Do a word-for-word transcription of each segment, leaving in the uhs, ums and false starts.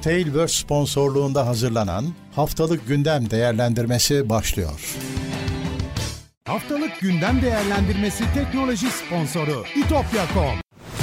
Tailverse sponsorluğunda hazırlanan Haftalık Gündem Değerlendirmesi başlıyor. Haftalık Gündem Değerlendirmesi teknoloji sponsoru itopya nokta com.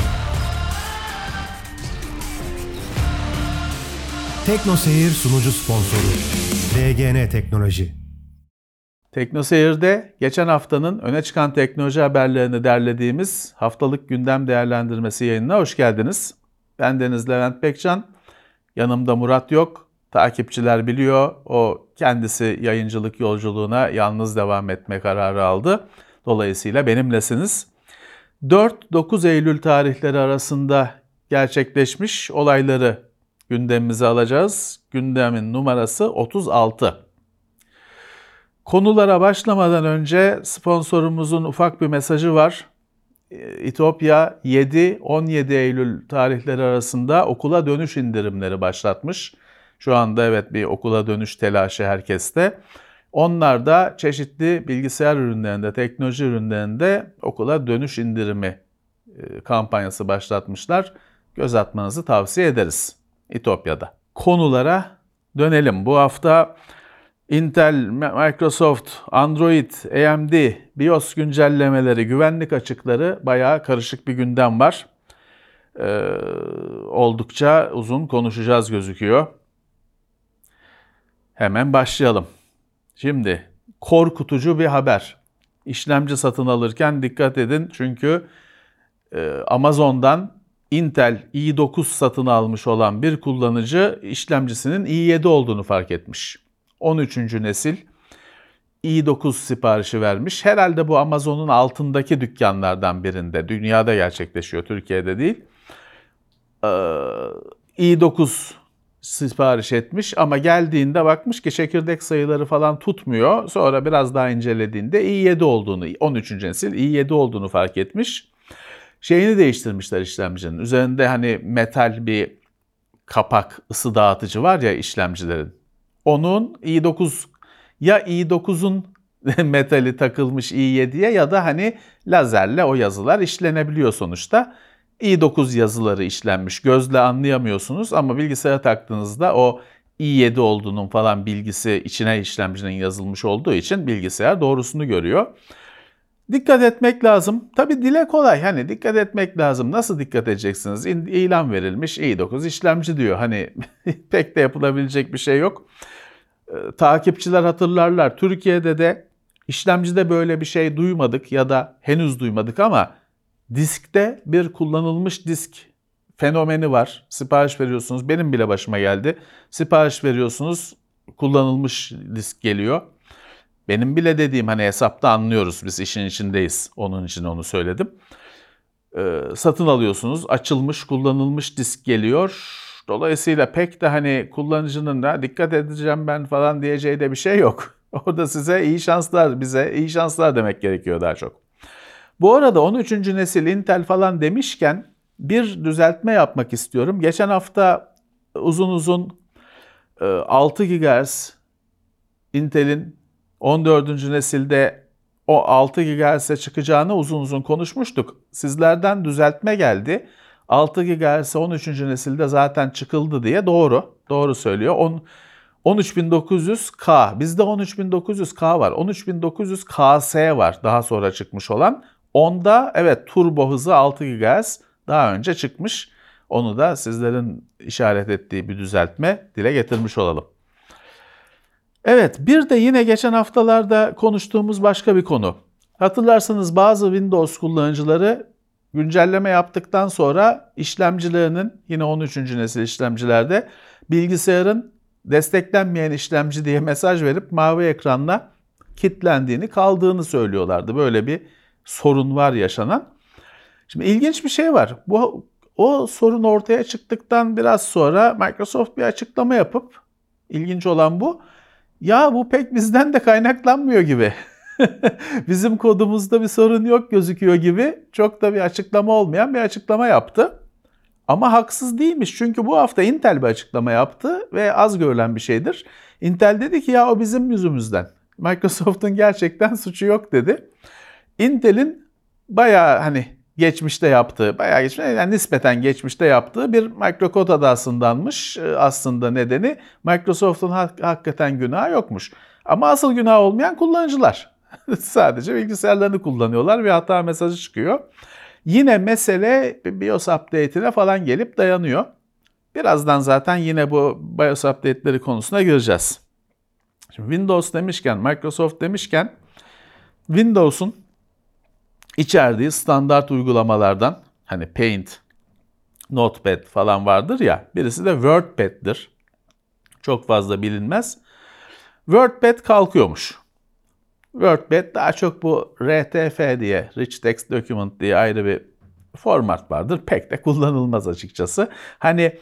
TeknoSeyir sunucu sponsoru D G N Teknoloji. TeknoSeyir'de geçen haftanın öne çıkan teknoloji haberlerini derlediğimiz Haftalık Gündem Değerlendirmesi yayınına hoş geldiniz. Ben Deniz Levent Pekcan, yanımda Murat yok. Takipçiler biliyor, o kendisi yayıncılık yolculuğuna yalnız devam etme kararı aldı. Dolayısıyla benimlesiniz. dört dokuz Eylül tarihleri arasında gerçekleşmiş olayları gündemimize alacağız. Gündemin numarası otuz altı. Konulara başlamadan önce sponsorumuzun ufak bir mesajı var. İtopya yedi on yedi Eylül tarihleri arasında okula dönüş indirimleri başlatmış. Şu anda evet bir okula dönüş telaşı herkeste. Onlar da çeşitli bilgisayar ürünlerinde, teknoloji ürünlerinde okula dönüş indirimi kampanyası başlatmışlar. Göz atmanızı tavsiye ederiz İtopya'da. Konulara dönelim. Bu hafta Intel, Microsoft, Android, A M D, BIOS güncellemeleri, güvenlik açıkları bayağı karışık bir gündem var. Ee, oldukça uzun konuşacağız gözüküyor. Hemen başlayalım. Şimdi korkutucu bir haber. İşlemci satın alırken dikkat edin çünkü e, Amazon'dan Intel i dokuz satın almış olan bir kullanıcı işlemcisinin i yedi olduğunu fark etmiş. on üçüncü nesil i dokuz siparişi vermiş. Herhalde bu Amazon'un altındaki dükkanlardan birinde. Dünyada gerçekleşiyor, Türkiye'de değil. Ee, i dokuz sipariş etmiş ama geldiğinde bakmış ki çekirdek sayıları falan tutmuyor. Sonra biraz daha incelediğinde i yedi olduğunu, on üçüncü nesil i yedi olduğunu fark etmiş. Şeyini değiştirmişler işlemcinin. Üzerinde hani metal bir kapak, ısı dağıtıcı var ya işlemcilerin. Onun i dokuz ya i dokuzun metali takılmış i yediye ya da hani lazerle o yazılar işlenebiliyor sonuçta. i dokuz yazıları işlenmiş. Gözle anlayamıyorsunuz ama bilgisayara taktığınızda o i yedi olduğunun falan bilgisi içine işlemcinin yazılmış olduğu için bilgisayar doğrusunu görüyor. Dikkat etmek lazım. Tabii dile kolay. Hani dikkat etmek lazım. Nasıl dikkat edeceksiniz? İlan verilmiş i dokuz işlemci diyor. Hani pek de yapılabilecek bir şey yok. Ee, takipçiler hatırlarlar. Türkiye'de de işlemcide böyle bir şey duymadık ya da henüz duymadık ama diskte bir kullanılmış disk fenomeni var. Sipariş veriyorsunuz. Benim bile başıma geldi. Sipariş veriyorsunuz. Kullanılmış disk geliyor. Benim bile dediğim hani hesapta anlıyoruz. Biz işin içindeyiz. Onun için onu söyledim. Ee, satın alıyorsunuz. Açılmış, kullanılmış disk geliyor. Dolayısıyla pek de hani kullanıcının da dikkat edeceğim ben falan diyeceği de bir şey yok. Orada size iyi şanslar, bize iyi şanslar demek gerekiyor daha çok. Bu arada on üçüncü nesil Intel falan demişken bir düzeltme yapmak istiyorum. Geçen hafta uzun uzun altı gigahertz Intel'in on dördüncü nesilde o altı gigahertz'e çıkacağını uzun uzun konuşmuştuk. Sizlerden düzeltme geldi. altı gigahertz'e on üçüncü nesilde zaten çıkıldı diye. Doğru. Doğru söylüyor. on üç bin dokuz yüz K. Bizde on üç bin dokuz yüz K var. on üç bin dokuz yüz K S var daha sonra çıkmış olan. Onda evet turbo hızı altı gigahertz daha önce çıkmış. Onu da sizlerin işaret ettiği bir düzeltme dile getirmiş olalım. Evet, bir de yine geçen haftalarda konuştuğumuz başka bir konu. Hatırlarsanız bazı Windows kullanıcıları güncelleme yaptıktan sonra işlemcilerinin yine on üçüncü nesil işlemcilerde bilgisayarın desteklenmeyen işlemci diye mesaj verip mavi ekranla kilitlendiğini, kaldığını söylüyorlardı. Böyle bir sorun var yaşanan. Şimdi ilginç bir şey var. Bu o sorun ortaya çıktıktan biraz sonra Microsoft bir açıklama yapıp ilginç olan bu. Ya bu pek bizden de kaynaklanmıyor gibi. Bizim kodumuzda bir sorun yok gözüküyor gibi çok da bir açıklama olmayan bir açıklama yaptı. Ama haksız değilmiş çünkü bu hafta Intel bir açıklama yaptı ve az görülen bir şeydir. Intel dedi ki ya o bizim yüzümüzden. Microsoft'un gerçekten suçu yok dedi. Intel'in bayağı hani geçmişte yaptığı, bayağı geçmişte, yani nispeten geçmişte yaptığı bir mikrokod hatasındanmış. Aslında nedeni Microsoft'un hak- hakikaten günahı yokmuş. Ama asıl günah olmayan kullanıcılar. Sadece bilgisayarlarını kullanıyorlar ve hata mesajı çıkıyor. Yine mesele BIOS update'ine falan gelip dayanıyor. Birazdan zaten yine bu BIOS update'leri konusuna gireceğiz. Şimdi Windows demişken, Microsoft demişken, Windows'un içerdiği standart uygulamalardan, hani Paint, Notepad falan vardır ya, birisi de WordPad'dir. Çok fazla bilinmez. WordPad kalkıyormuş. WordPad daha çok bu R T F diye, Rich Text Document diye ayrı bir format vardır. Pek de kullanılmaz açıkçası. Hani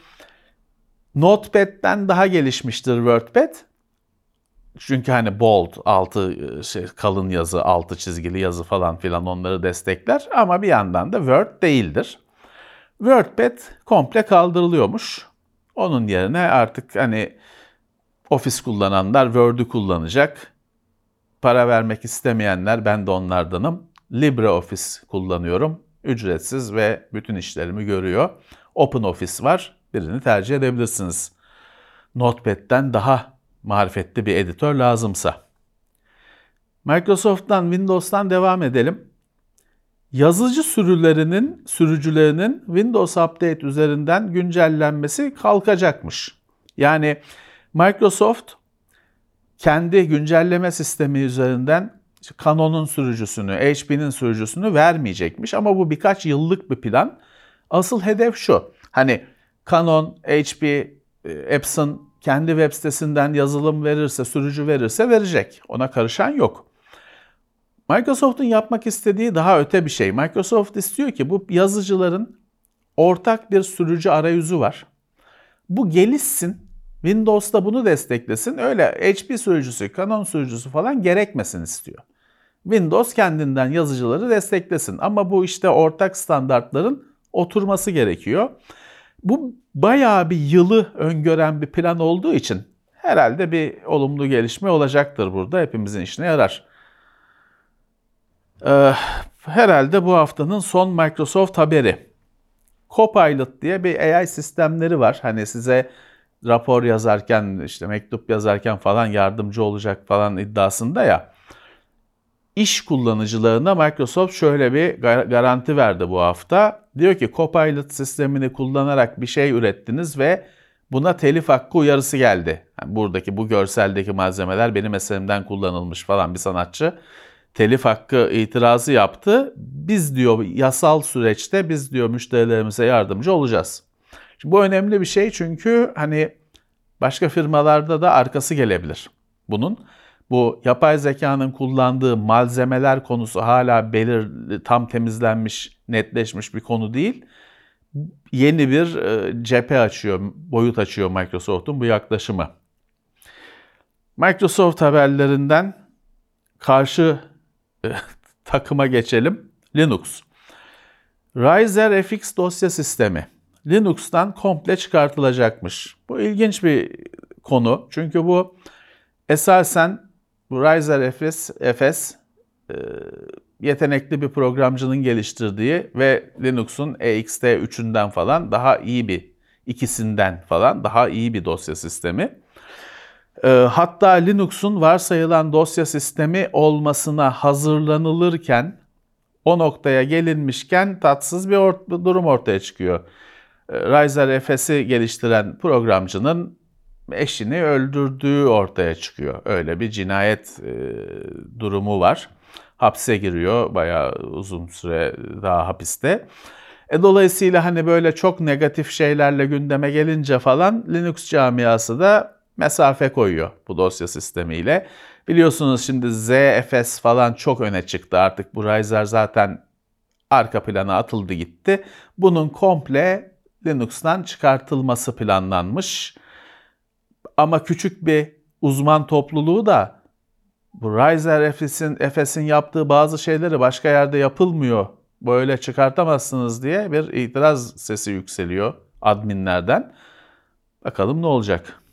Notepad'den daha gelişmiştir WordPad. Çünkü hani bold, altı şey, kalın yazı, altı çizgili yazı falan filan onları destekler. Ama bir yandan da Word değildir. WordPad komple kaldırılıyormuş. Onun yerine artık hani Office kullananlar Word'ü kullanacak. Para vermek istemeyenler, ben de onlardanım, LibreOffice kullanıyorum. Ücretsiz ve bütün işlerimi görüyor. OpenOffice var. Birini tercih edebilirsiniz. Notepad'den daha marifetli bir editör lazımsa. Microsoft'tan, Windows'tan devam edelim. Yazıcı sürülerinin, sürücülerinin Windows Update üzerinden güncellenmesi kalkacakmış. Yani Microsoft kendi güncelleme sistemi üzerinden Canon'un sürücüsünü, H P'nin sürücüsünü vermeyecekmiş. Ama bu birkaç yıllık bir plan. Asıl hedef şu. Hani Canon, H P, Epson kendi web sitesinden yazılım verirse, sürücü verirse verecek. Ona karışan yok. Microsoft'un yapmak istediği daha öte bir şey. Microsoft istiyor ki bu yazıcıların ortak bir sürücü arayüzü var. Bu gelişsin, Windows'ta bunu desteklesin. Öyle H P sürücüsü, Canon sürücüsü falan gerekmesin istiyor. Windows kendinden yazıcıları desteklesin. Ama bu işte ortak standartların oturması gerekiyor. Bu bayağı bir yılı öngören bir plan olduğu için herhalde bir olumlu gelişme olacaktır burada. Hepimizin işine yarar. Ee, herhalde bu haftanın son Microsoft haberi. Copilot diye bir A I sistemleri var. Hani size rapor yazarken, işte mektup yazarken falan yardımcı olacak falan iddiasında ya. İş kullanıcılarına Microsoft şöyle bir garanti verdi bu hafta. Diyor ki Copilot sistemini kullanarak bir şey ürettiniz ve buna telif hakkı uyarısı geldi. Yani buradaki bu görseldeki malzemeler benim eserimden kullanılmış falan, bir sanatçı telif hakkı itirazı yaptı. Biz diyor yasal süreçte biz diyor müşterilerimize yardımcı olacağız. Şimdi bu önemli bir şey çünkü hani başka firmalarda da arkası gelebilir bunun. Bu yapay zekanın kullandığı malzemeler konusu hala belirli, tam temizlenmiş, netleşmiş bir konu değil. Yeni bir cephe açıyor, boyut açıyor Microsoft'un bu yaklaşımı. Microsoft haberlerinden karşı takıma geçelim. Linux. Riser F X dosya sistemi Linux'tan komple çıkartılacakmış. Bu ilginç bir konu. Çünkü bu esasen bu Riser F S, F S e, yetenekli bir programcının geliştirdiği ve Linux'un E X T üçünden falan daha iyi bir, ikisinden falan daha iyi bir dosya sistemi. E, hatta Linux'un varsayılan dosya sistemi olmasına hazırlanılırken, o noktaya gelinmişken tatsız bir, or- bir durum ortaya çıkıyor. Riser F S'i geliştiren programcının eşini öldürdüğü ortaya çıkıyor. Öyle bir cinayet e, durumu var. Hapse giriyor, bayağı uzun süre daha hapiste. E, dolayısıyla hani böyle çok negatif şeylerle gündeme gelince falan Linux camiası da mesafe koyuyor bu dosya sistemiyle. Biliyorsunuz şimdi Z F S falan çok öne çıktı artık. Bu Riser zaten arka plana atıldı gitti. Bunun komple Linux'tan çıkartılması planlanmış. Ama küçük bir uzman topluluğu da bu Riser F S'in, F S'in yaptığı bazı şeyleri başka yerde yapılmıyor, böyle çıkartamazsınız diye bir itiraz sesi yükseliyor adminlerden. Bakalım ne olacak.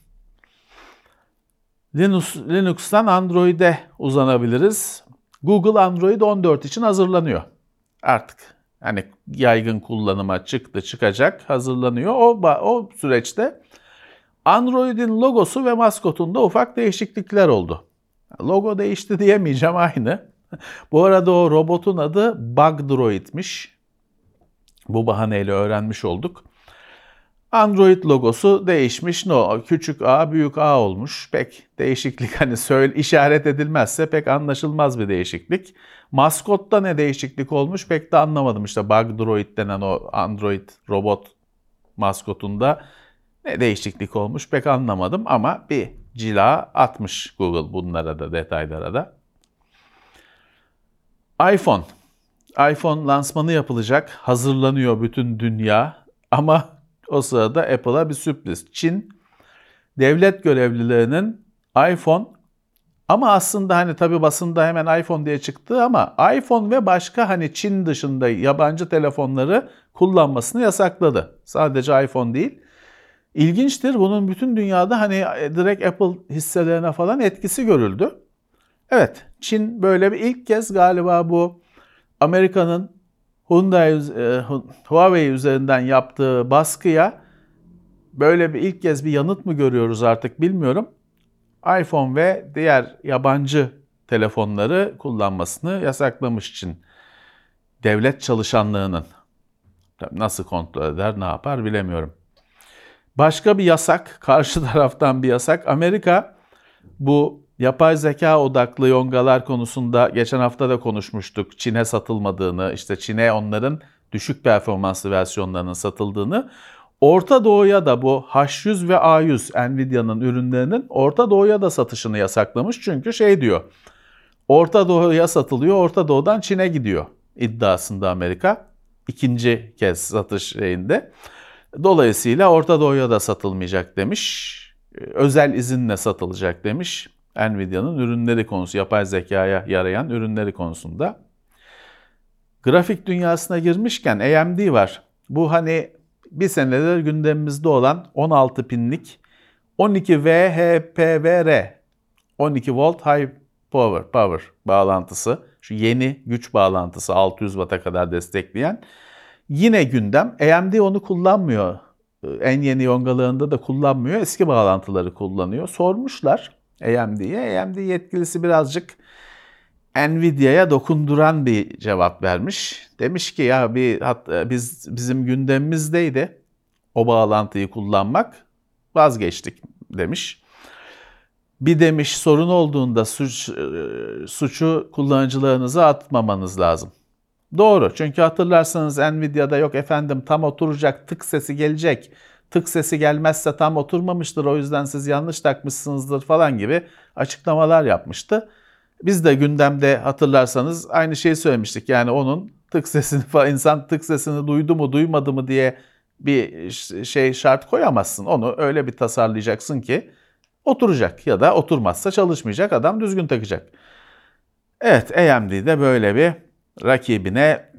Linux, Linux'tan Android'e uzanabiliriz. Google Android on dört için hazırlanıyor. Artık hani yaygın kullanıma çıktı, çıkacak, hazırlanıyor. O, o süreçte Android'in logosu ve maskotunda ufak değişiklikler oldu. Logo değişti diyemeyeceğim, aynı. Bu arada o robotun adı Bugdroid'miş. Bu bahaneyle öğrenmiş olduk. Android logosu değişmiş. No, küçük A, büyük A olmuş. Pek değişiklik, hani söyle, işaret edilmezse pek anlaşılmaz bir değişiklik. Maskotta ne değişiklik olmuş pek de anlamadım. İşte Bugdroid denen o Android robot maskotunda ne değişiklik olmuş pek anlamadım ama bir cila atmış Google bunlara da, detaylara da. iPhone. iPhone lansmanı yapılacak. Hazırlanıyor bütün dünya. Ama o sırada Apple'a bir sürpriz. Çin devlet görevlilerinin iPhone, ama aslında hani tabii basında hemen iPhone diye çıktı ama iPhone ve başka hani Çin dışında yabancı telefonları kullanmasını yasakladı. Sadece iPhone değil. İlginçtir, bunun bütün dünyada hani direkt Apple hisselerine falan etkisi görüldü. Evet, Çin böyle bir ilk kez galiba bu Amerika'nın Hyundai, Huawei üzerinden yaptığı baskıya böyle bir ilk kez bir yanıt mı görüyoruz artık bilmiyorum. iPhone ve diğer yabancı telefonları kullanmasını yasaklamış Çin. Devlet çalışanlığının. Nasıl kontrol eder, ne yapar bilemiyorum. Başka bir yasak, karşı taraftan bir yasak. Amerika bu yapay zeka odaklı yongalar konusunda geçen hafta da konuşmuştuk. Çin'e satılmadığını, işte Çin'e onların düşük performanslı versiyonlarının satıldığını, Orta Doğu'ya da bu H yüz ve A yüz Nvidia'nın ürünlerinin Orta Doğu'ya da satışını yasaklamış. Çünkü şey diyor, Orta Doğu'ya satılıyor, Orta Doğu'dan Çin'e gidiyor iddiasında Amerika. İkinci kez satış şeyinde. Dolayısıyla Orta Doğu'ya da satılmayacak demiş. Özel izinle satılacak demiş. Nvidia'nın ürünleri konusu, yapay zekaya yarayan ürünleri konusunda. Grafik dünyasına girmişken A M D var. Bu hani bir senedir gündemimizde olan on altı pinlik on iki V H P V R, on iki volt high power, power bağlantısı. Şu yeni güç bağlantısı altı yüz watt'a kadar destekleyen. Yine gündem. A M D onu kullanmıyor. En yeni yongalarında da kullanmıyor. Eski bağlantıları kullanıyor. Sormuşlar A M D'ye. A M D yetkilisi birazcık Nvidia'ya dokunduran bir cevap vermiş. Demiş ki ya bir hatta biz bizim gündemimizdeydi o bağlantıyı kullanmak. Vazgeçtik demiş. Bir demiş sorun olduğunda suç, suçu kullanıcılarınıza atmamanız lazım. Doğru, çünkü hatırlarsanız Nvidia'da yok efendim tam oturacak, tık sesi gelecek. Tık sesi gelmezse tam oturmamıştır, o yüzden siz yanlış takmışsınızdır falan gibi açıklamalar yapmıştı. Biz de gündemde hatırlarsanız aynı şeyi söylemiştik. Yani onun tık sesini falan, insan tık sesini duydu mu duymadı mı diye bir şey şart koyamazsın. Onu öyle bir tasarlayacaksın ki oturacak ya da oturmazsa çalışmayacak, adam düzgün takacak. Evet, A M D'de böyle bir rakibine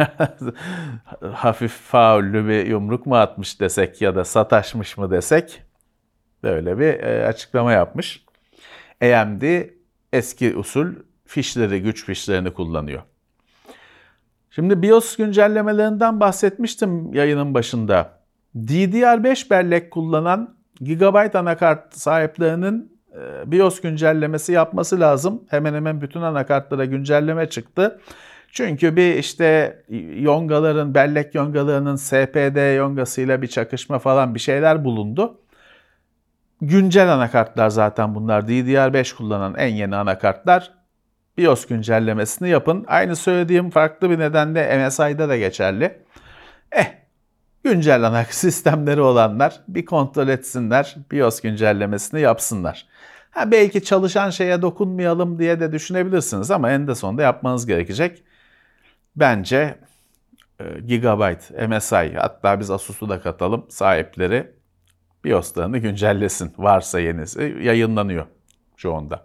hafif faullü bir yumruk mu atmış desek ya da sataşmış mı desek, böyle bir açıklama yapmış. A M D eski usul fişleri, güç fişlerini kullanıyor. Şimdi BIOS güncellemelerinden bahsetmiştim yayının başında. D D R beş bellek kullanan gigabayt anakart sahiplerinin BIOS güncellemesi yapması lazım. Hemen hemen bütün anakartlara güncelleme çıktı. Çünkü bir işte yongaların, bellek yongalarının S P D yongasıyla bir çakışma falan bir şeyler bulundu. Güncel anakartlar zaten bunlar. D D R beş kullanan en yeni anakartlar. BIOS güncellemesini yapın. Aynı söylediğim farklı bir nedenle M S I'da da geçerli. Eh, güncel anakart sistemleri olanlar bir kontrol etsinler, BIOS güncellemesini yapsınlar. Ha, belki çalışan şeye dokunmayalım diye de düşünebilirsiniz ama en de sonunda yapmanız gerekecek. Bence e, Gigabyte, M S I, hatta biz Asus'u da katalım, sahipleri BIOS'larını güncellesin. Varsa yenisi yayınlanıyor şu anda.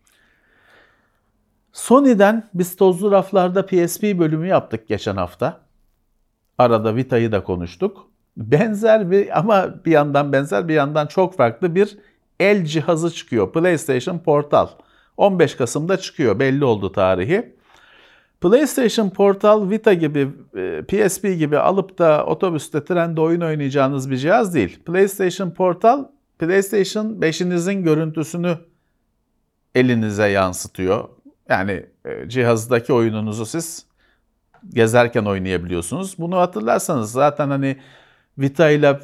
Sony'den biz tozlu raflarda P S P bölümü yaptık geçen hafta. Arada Vita'yı da konuştuk. Benzer bir, ama bir yandan benzer bir yandan çok farklı bir el cihazı çıkıyor. PlayStation Portal. on beş Kasım'da çıkıyor. Belli oldu tarihi. PlayStation Portal Vita gibi, P S P gibi alıp da otobüste, trende oyun oynayacağınız bir cihaz değil. PlayStation Portal, PlayStation beşinizin görüntüsünü elinize yansıtıyor. Yani cihazdaki oyununuzu siz gezerken oynayabiliyorsunuz. Bunu hatırlarsanız zaten hani Vita ile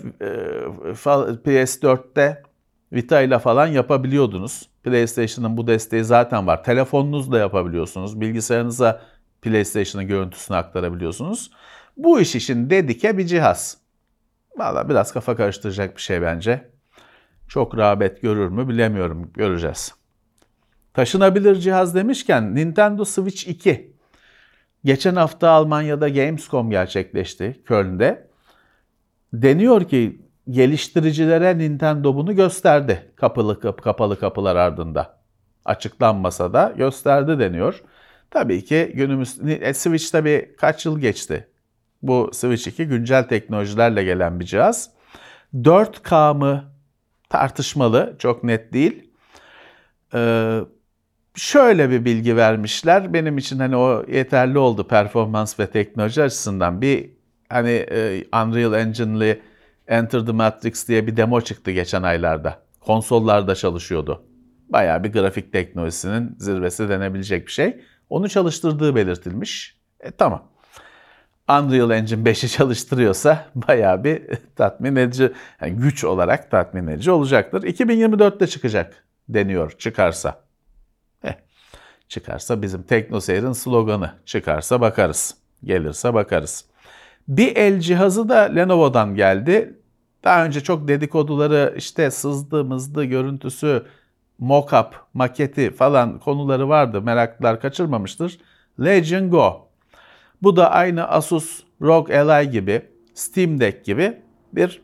P S dörtte Vita ile falan yapabiliyordunuz. PlayStation'ın bu desteği zaten var. Telefonunuzla yapabiliyorsunuz. Bilgisayarınıza PlayStation'ın görüntüsünü aktarabiliyorsunuz. Bu iş için dedike bir cihaz. Vallahi biraz kafa karıştıracak bir şey bence. Çok rağbet görür mü bilemiyorum. Göreceğiz. Taşınabilir cihaz demişken Nintendo Switch iki. Geçen hafta Almanya'da Gamescom gerçekleşti Köln'de. Deniyor ki geliştiricilere Nintendo bunu gösterdi. Kapalı kapı, kapalı kapılar ardında. Açıklanmasa da gösterdi deniyor. Tabii ki günümüz Switch tabii kaç yıl geçti. Bu Switch iki güncel teknolojilerle gelen bir cihaz. dört K mı tartışmalı, çok net değil. Ee, şöyle bir bilgi vermişler. Benim için hani o yeterli oldu performans ve teknoloji açısından. Bir hani e, Unreal Engine'li Enter the Matrix diye bir demo çıktı geçen aylarda. Konsollarda çalışıyordu. Bayağı bir grafik teknolojisinin zirvesi denebilecek bir şey. Onu çalıştırdığı belirtilmiş. E tamam. Unreal Engine beşi çalıştırıyorsa bayağı bir tatmin edici, yani güç olarak tatmin edici olacaktır. iki bin yirmi dörtte çıkacak deniyor, çıkarsa. Eh, çıkarsa bizim TeknoSeyir'in sloganı. Çıkarsa bakarız. Gelirse bakarız. Bir el cihazı da Lenovo'dan geldi. Daha önce çok dedikoduları işte sızdı mızdı görüntüsü, mock-up, maketi falan konuları vardı. Meraklılar kaçırmamıştır. Legion Go. Bu da aynı Asus R O G Ally gibi, Steam Deck gibi bir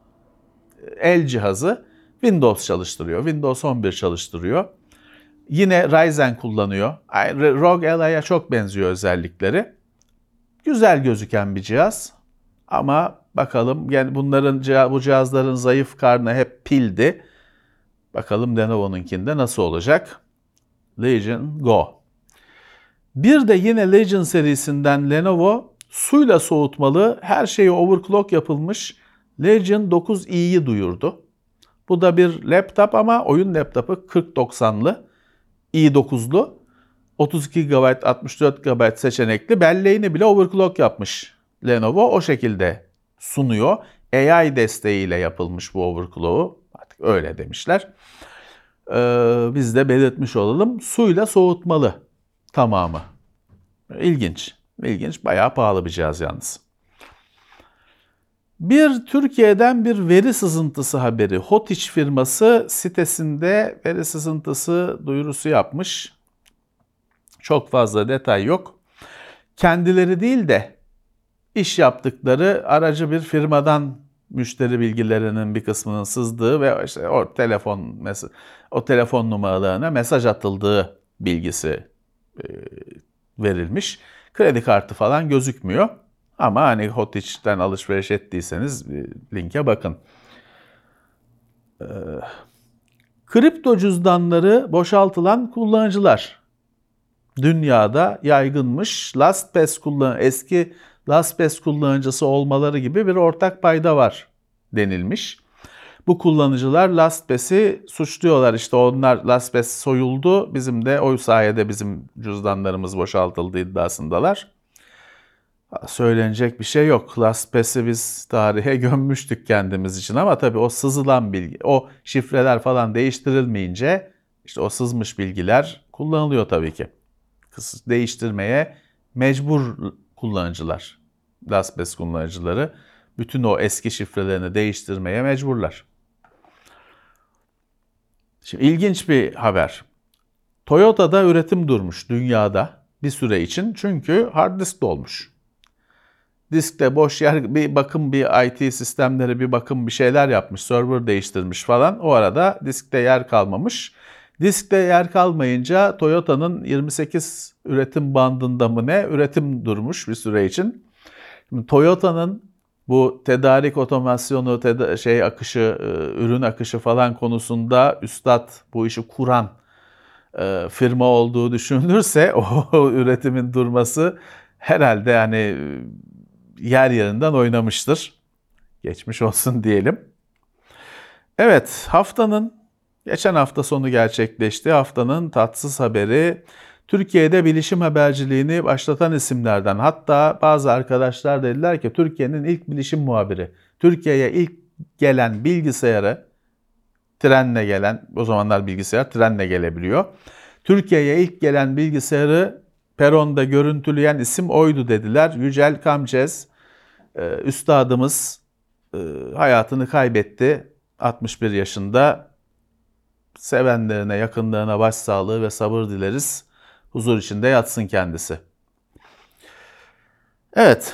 el cihazı. Windows çalıştırıyor. Windows on bir çalıştırıyor. Yine Ryzen kullanıyor. R O G Ally'a çok benziyor özellikleri. Güzel gözüken bir cihaz. Ama bakalım yani bunların bu cihazların zayıf karnı hep pildi. Bakalım Lenovo'nunkinde nasıl olacak? Legion Go. Bir de yine Legion serisinden Lenovo suyla soğutmalı, her şeyi overclock yapılmış Legion dokuz i'yi duyurdu. Bu da bir laptop ama oyun laptopu kırk doksanlı i dokuzlu otuz iki gigabayt altmış dört gigabayt seçenekli, belleğini bile overclock yapmış Lenovo, o şekilde sunuyor. A I desteğiyle yapılmış bu overclock'u, artık öyle demişler. Ee, biz de belirtmiş olalım. Suyla soğutmalı tamamı. İlginç. İlginç. Bayağı pahalı bir cihaz yalnız. Bir Türkiye'den bir veri sızıntısı haberi. Hotiç firması sitesinde veri sızıntısı duyurusu yapmış. Çok fazla detay yok. Kendileri değil de iş yaptıkları aracı bir firmadan müşteri bilgilerinin bir kısmının sızdığı ve işte o telefon o telefon numaralarına mesaj atıldığı bilgisi e, verilmiş. Kredi kartı falan gözükmüyor. Ama hani Hotiç'ten alışveriş ettiyseniz linke bakın. Ee, kripto cüzdanları boşaltılan kullanıcılar dünyada yaygınmış. LastPass kullan eski LastPass kullanıcısı olmaları gibi bir ortak payda var denilmiş. Bu kullanıcılar LastPass'i suçluyorlar. İşte onlar LastPass soyuldu, bizim de o sayede bizim cüzdanlarımız boşaltıldı iddiasındalar. Söylenecek bir şey yok. LastPass'i biz tarihe gömmüştük kendimiz için ama tabii o sızılan bilgi, o şifreler falan değiştirilmeyince işte o sızmış bilgiler kullanılıyor tabii ki. Değiştirmeye mecbur kullanıcılar, LastPass kullanıcıları bütün o eski şifrelerini değiştirmeye mecburlar. Şimdi ilginç bir haber. Toyota'da üretim durmuş dünyada bir süre için çünkü hard disk dolmuş. Diskte boş yer, bir bakım, bir I T sistemleri bir bakım bir şeyler yapmış, server değiştirmiş falan. O arada diskte yer kalmamış. Diskte yer kalmayınca Toyota'nın yirmi sekiz üretim bandında mı ne üretim durmuş bir süre için. Şimdi Toyota'nın bu tedarik otomasyonu, teda- şey akışı, ürün akışı falan konusunda üstad, bu işi kuran e, firma olduğu düşünülürse o üretimin durması herhalde hani yer yerinden oynamıştır. Geçmiş olsun diyelim. Evet, haftanın, geçen hafta sonu gerçekleşti. Haftanın tatsız haberi, Türkiye'de bilişim haberciliğini başlatan isimlerden. Hatta bazı arkadaşlar dediler ki Türkiye'nin ilk bilişim muhabiri, Türkiye'ye ilk gelen bilgisayarı, trenle gelen, o zamanlar bilgisayar trenle gelebiliyor. Türkiye'ye ilk gelen bilgisayarı peronda görüntüleyen isim oydu dediler. Yücel Kamcez, üstadımız hayatını kaybetti. altmış bir yaşında. Sevenlerine, yakınlarına başsağlığı ve sabır dileriz. Huzur içinde yatsın kendisi. Evet,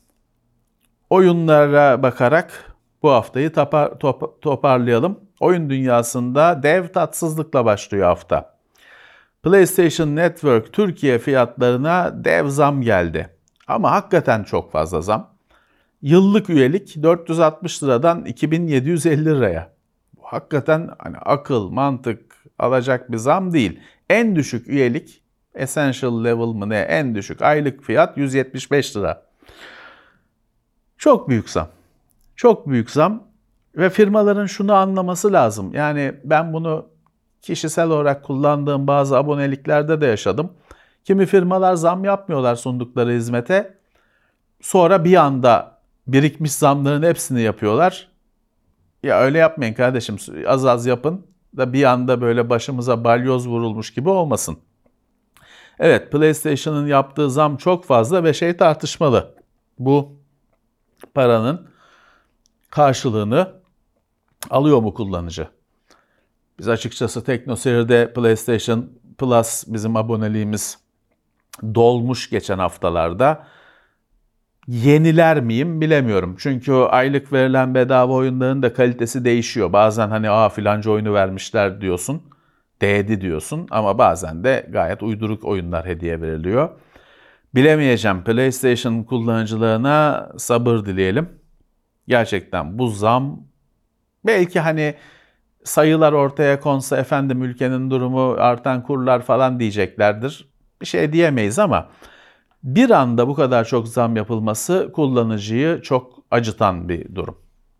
oyunlara bakarak bu haftayı topar, top, toparlayalım. Oyun dünyasında dev tatsızlıkla başlıyor hafta. PlayStation Network Türkiye fiyatlarına dev zam geldi. Ama hakikaten çok fazla zam. Yıllık üyelik dört yüz altmış liradan iki bin yedi yüz elli liraya. Bu hakikaten hani akıl, mantık alacak bir zam değil. En düşük üyelik, Essential Level mı ne, en düşük aylık fiyat yüz yetmiş beş lira. Çok büyük zam. Çok büyük zam ve firmaların şunu anlaması lazım. Yani ben bunu kişisel olarak kullandığım bazı aboneliklerde de yaşadım. Kimi firmalar zam yapmıyorlar sundukları hizmete. Sonra bir anda birikmiş zamların hepsini yapıyorlar. Ya öyle yapmayın kardeşim, az az yapın da bir anda böyle başımıza balyoz vurulmuş gibi olmasın. Evet, PlayStation'ın yaptığı zam çok fazla ve şey tartışmalı. Bu paranın karşılığını alıyor mu kullanıcı? Biz açıkçası TeknoSeyir'de PlayStation Plus bizim aboneliğimiz dolmuş geçen haftalarda. Yeniler miyim bilemiyorum. Çünkü o aylık verilen bedava oyunların da kalitesi değişiyor. Bazen hani aa filanca oyunu vermişler diyorsun. Değdi diyorsun ama bazen de gayet uyduruk oyunlar hediye veriliyor. Bilemeyeceğim. PlayStation kullanıcılarına sabır dileyelim. Gerçekten bu zam belki hani sayılar ortaya konsa efendim ülkenin durumu, artan kurlar falan diyeceklerdir. Bir şey diyemeyiz ama bir anda bu kadar çok zam yapılması kullanıcıyı çok acıtan bir durum.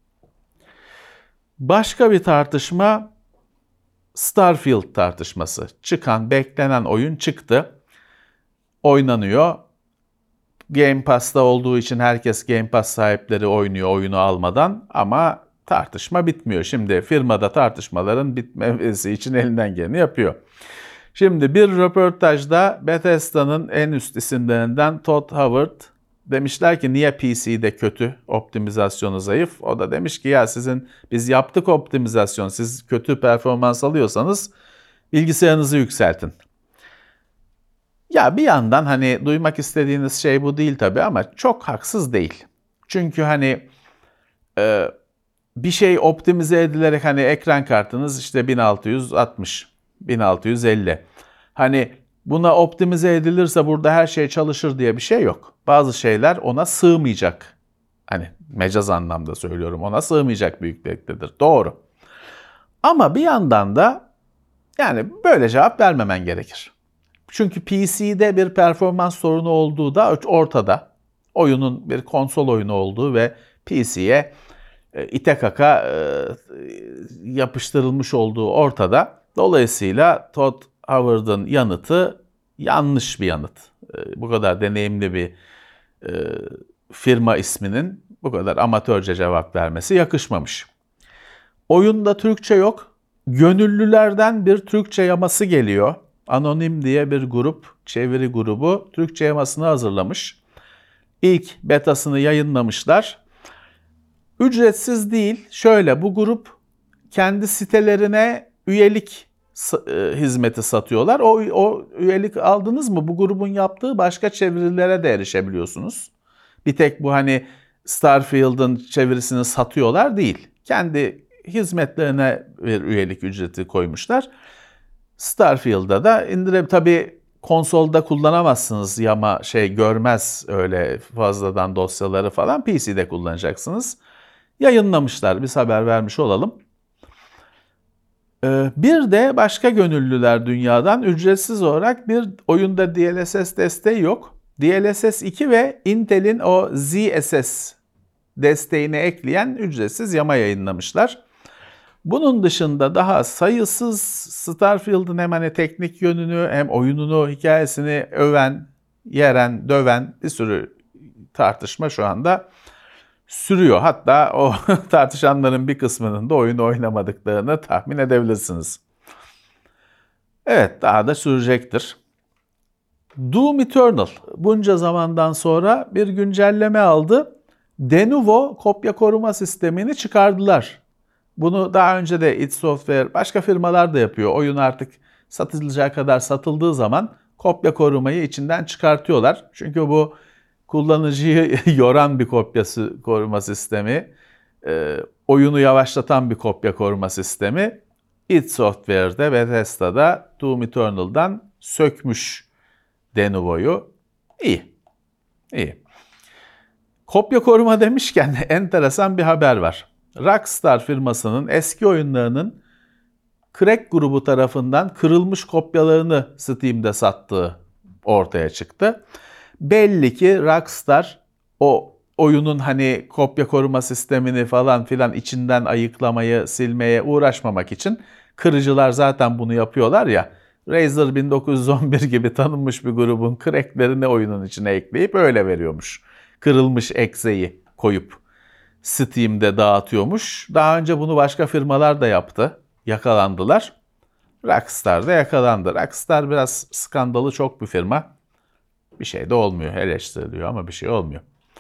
Başka bir tartışma Starfield tartışması. Çıkan, beklenen oyun çıktı. Oynanıyor. Game Pass'ta olduğu için herkes Game Pass sahipleri oynuyor oyunu almadan ama tartışma bitmiyor. Şimdi firmada tartışmaların bitmesi için elinden geleni yapıyor. Şimdi bir röportajda Bethesda'nın en üst isimlerinden Todd Howard demişler ki niye P C'de kötü, optimizasyonu zayıf? O da demiş ki ya sizin biz yaptık optimizasyon, siz kötü performans alıyorsanız bilgisayarınızı yükseltin. Ya bir yandan hani duymak istediğiniz şey bu değil tabii ama çok haksız değil. Çünkü hani e, bir şey optimize edilerek hani ekran kartınız işte bin altı yüz altmış, bin altı yüz elli. Hani buna optimize edilirse burada her şey çalışır diye bir şey yok. Bazı şeyler ona sığmayacak. Hani mecaz anlamda söylüyorum, ona sığmayacak büyüklüktedir. Doğru. Ama bir yandan da yani böyle cevap vermemen gerekir. Çünkü P C'de bir performans sorunu olduğu da ortada. Oyunun bir konsol oyunu olduğu ve P C'ye ite kaka yapıştırılmış olduğu ortada. Dolayısıyla Todd Howard'ın yanıtı yanlış bir yanıt. Bu kadar deneyimli bir firma isminin bu kadar amatörce cevap vermesi yakışmamış. Oyunda Türkçe yok. Gönüllülerden bir Türkçe yaması geliyor. Anonim diye bir grup, çeviri grubu Türkçe yamasını hazırlamış. İlk betasını yayınlamışlar. Ücretsiz değil. Şöyle bu grup kendi sitelerine üyelik hizmeti satıyorlar. O, o üyelik aldınız mı? Bu grubun yaptığı başka çevirilere de erişebiliyorsunuz. Bir tek bu hani Starfield'ın çevirisini satıyorlar değil. Kendi hizmetlerine bir üyelik ücreti koymuşlar. Starfield'da da indirip tabii konsolda kullanamazsınız yama şey görmez öyle fazladan dosyaları falan P C'de kullanacaksınız. Yayınlamışlar. Biz haber vermiş olalım. Bir de başka gönüllüler dünyadan ücretsiz olarak bir oyunda D L S S desteği yok. D L S S iki ve Intel'in o Z S S desteğini ekleyen ücretsiz yama yayınlamışlar. Bunun dışında daha sayısız Starfield'ın hem hani teknik yönünü hem oyununu, hikayesini öven, yeren, döven bir sürü tartışma şu anda sürüyor. Hatta o tartışanların bir kısmının da oyunu oynamadıklarını tahmin edebilirsiniz. Evet, daha da sürecektir. Doom Eternal bunca zamandan sonra bir güncelleme aldı. Denuvo kopya koruma sistemini çıkardılar. Bunu daha önce de id Software başka firmalar da yapıyor. Oyun artık satılacağı kadar satıldığı zaman kopya korumayı içinden çıkartıyorlar. Çünkü bu kullanıcıyı yoran bir kopyası koruma sistemi, e, oyunu yavaşlatan bir kopya koruma sistemi. id Software'de, Bethesda'da Doom Eternal'dan sökmüş Denuvo'yu. İyi, iyi. Kopya koruma demişken enteresan bir haber var. Rockstar firmasının eski oyunlarının Crack grubu tarafından kırılmış kopyalarını Steam'de sattığı ortaya çıktı. Belli ki Rockstar o oyunun hani kopya koruma sistemini falan filan içinden ayıklamayı, silmeye uğraşmamak için, kırıcılar zaten bunu yapıyorlar ya, Razer bin dokuz yüz on bir gibi tanınmış bir grubun cracklerini oyunun içine ekleyip öyle veriyormuş. Kırılmış exe'yi koyup Steam'de dağıtıyormuş. Daha önce bunu başka firmalar da yaptı. Yakalandılar. Rockstar da yakalandı. Rockstar biraz skandalı çok bir firma. Bir şey de olmuyor. Eleştiriliyor ama bir şey olmuyor.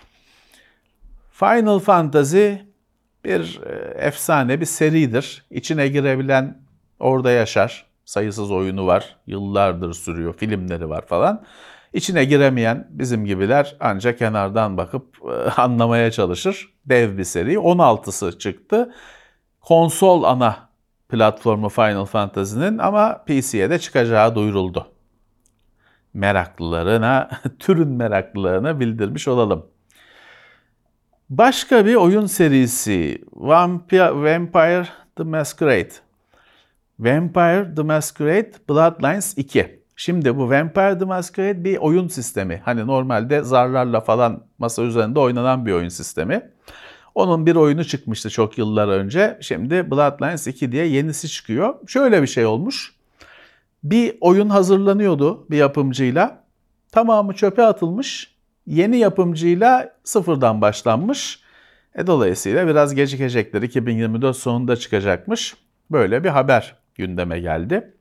Final Fantasy bir efsane bir seridir. İçine girebilen orada yaşar. Sayısız oyunu var. Yıllardır sürüyor. Filmleri var falan. İçine giremeyen bizim gibiler ancak kenardan bakıp anlamaya çalışır. Dev bir seri. on altısı çıktı. Konsol ana platformu Final Fantasy'nin ama P C'ye de çıkacağı duyuruldu. Meraklılarına, türün meraklılarına bildirmiş olalım. Başka bir oyun serisi Vampire, Vampire the Masquerade. Vampire the Masquerade Bloodlines iki. Şimdi bu Vampire the Masquerade bir oyun sistemi. Hani normalde zarlarla falan masa üzerinde oynanan bir oyun sistemi. Onun bir oyunu çıkmıştı çok yıllar önce. Şimdi Bloodlines iki diye yenisi çıkıyor. Şöyle bir şey olmuş. Bir oyun hazırlanıyordu bir yapımcıyla. Tamamı çöpe atılmış. Yeni yapımcıyla sıfırdan başlanmış. E dolayısıyla biraz gecikecekler. iki bin yirmi dört sonunda çıkacakmış. Böyle bir haber gündeme geldi.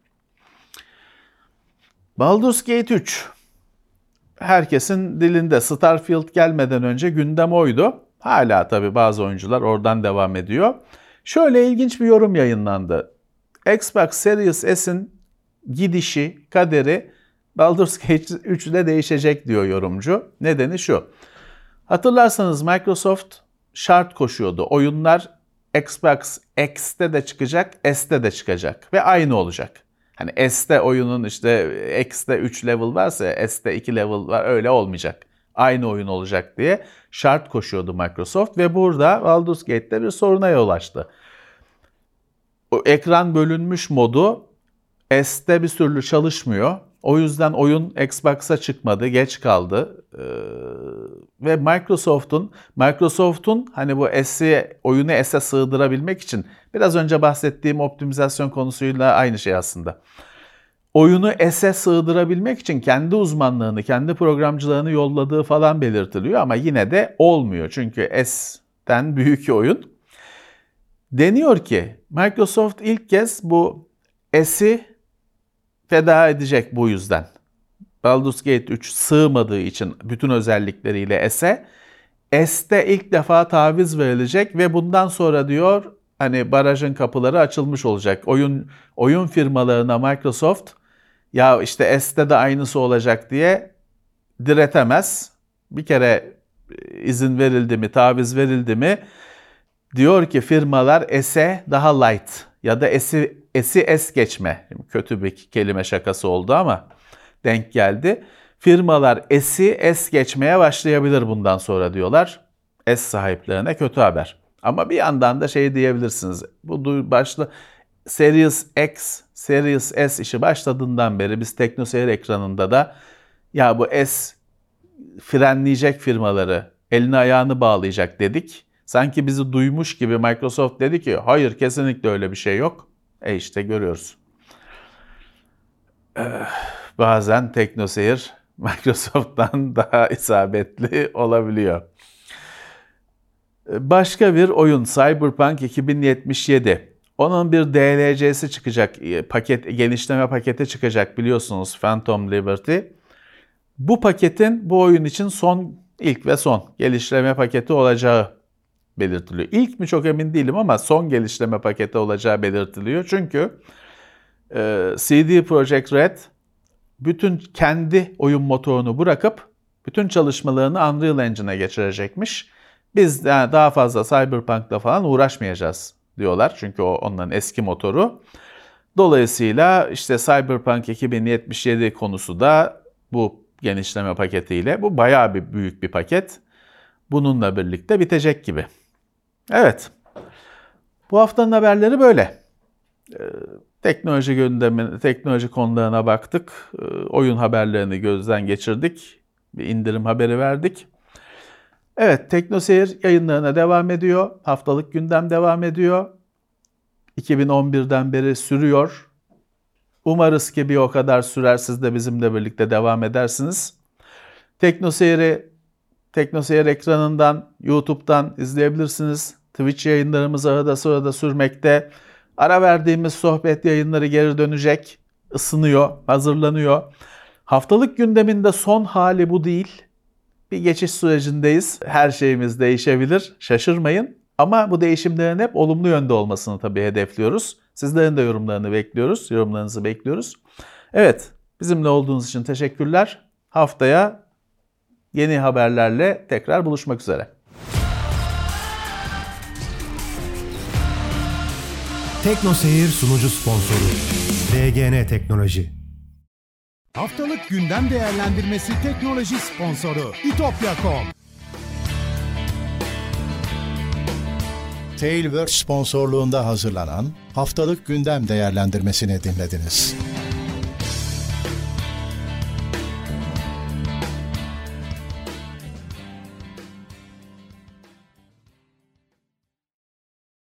Baldur's Gate üç. Herkesin dilinde, Starfield gelmeden önce gündem oydu. Hala tabii bazı oyuncular oradan devam ediyor. Şöyle ilginç bir yorum yayınlandı. Xbox Series S'in gidişi, kaderi Baldur's Gate üç'de değişecek diyor yorumcu. Nedeni şu. Hatırlarsanız Microsoft şart koşuyordu. Oyunlar Xbox X'te de çıkacak, S'te de çıkacak ve aynı olacak. Hani S'te oyunun işte X'te üç level varsa S'te iki level var, öyle olmayacak. Aynı oyun olacak diye şart koşuyordu Microsoft ve burada Baldur's Gate'de bir soruna yol açtı. O ekran bölünmüş modu S'te bir türlü çalışmıyor. O yüzden oyun Xbox'a çıkmadı, geç kaldı. Ee, ve Microsoft'un Microsoft'un hani bu S'i oyunu S'e sığdırabilmek için biraz önce bahsettiğim optimizasyon konusuyla aynı şey aslında. Oyunu S'e sığdırabilmek için kendi uzmanlığını, kendi programcılarını yolladığı falan belirtiliyor ama yine de olmuyor. Çünkü S'ten büyük oyun. Deniyor ki Microsoft ilk kez bu S'i feda edecek bu yüzden. Baldur's Gate üç sığmadığı için bütün özellikleriyle S'e, S'te ilk defa taviz verilecek ve bundan sonra diyor hani barajın kapıları açılmış olacak. Oyun oyun firmalarına Microsoft ya işte S'te de aynısı olacak diye diretemez. Bir kere izin verildi mi, taviz verildi mi diyor ki firmalar S'e daha light ya da S'i S'i es geçme. Kötü bir kelime şakası oldu ama denk geldi. Firmalar S'i es geçmeye başlayabilir bundan sonra diyorlar. S sahiplerine kötü haber. Ama bir yandan da şey diyebilirsiniz. Bu başlı Series X, Series S işi başladığından beri biz TeknoSeyir ekranında da ya bu S frenleyecek firmaları, elini ayağını bağlayacak dedik. Sanki bizi duymuş gibi Microsoft dedi ki hayır kesinlikle öyle bir şey yok. E işte görüyoruz. Ee, bazen TeknoSeyir Microsoft'tan daha isabetli olabiliyor. Başka bir oyun Cyberpunk iki bin yetmiş yedi. Onun bir D L C'si çıkacak, paket genişleme paketi çıkacak biliyorsunuz, Phantom Liberty. Bu paketin bu oyun için son, ilk ve son geliştirme paketi olacağı belirtiliyor. İlk mi çok emin değilim ama son geliştirme paketi olacağı belirtiliyor. Çünkü e, C D Projekt Red bütün kendi oyun motorunu bırakıp bütün çalışmalarını Unreal Engine'e geçirecekmiş. Biz yani daha fazla Cyberpunk'la falan uğraşmayacağız diyorlar. Çünkü o onların eski motoru. Dolayısıyla işte Cyberpunk iki bin yetmiş yedi konusu da bu genişleme paketiyle, bu bayağı bir büyük bir paket. Bununla birlikte bitecek gibi. Evet. Bu haftanın haberleri böyle. Ee, teknoloji gündemi, teknoloji konularına baktık. Ee, oyun haberlerini gözden geçirdik. Bir indirim haberi verdik. Evet, TeknoSeyir yayınlarına devam ediyor. Haftalık gündem devam ediyor. iki bin on birden beri sürüyor. Umarız ki bir o kadar sürer, siz de bizimle birlikte devam edersiniz. TeknoSeyir'i TeknoSeyir ekranından, YouTube'dan izleyebilirsiniz. Twitch yayınlarımız arada sırada sürmekte. Ara verdiğimiz sohbet yayınları geri dönecek. Isınıyor, hazırlanıyor. Haftalık gündeminde son hali bu değil. Bir geçiş sürecindeyiz. Her şeyimiz değişebilir. Şaşırmayın. Ama bu değişimlerin hep olumlu yönde olmasını tabii hedefliyoruz. Sizlerin de yorumlarını bekliyoruz. Yorumlarınızı bekliyoruz. Evet, bizimle olduğunuz için teşekkürler. Haftaya yeni haberlerle tekrar buluşmak üzere. TeknoSeyir sunucu sponsoru D G N Teknoloji. Haftalık gündem değerlendirmesi teknoloji sponsoru itopya nokta com. Tailwords sponsorluğunda hazırlanan haftalık gündem değerlendirmesini dinlediniz.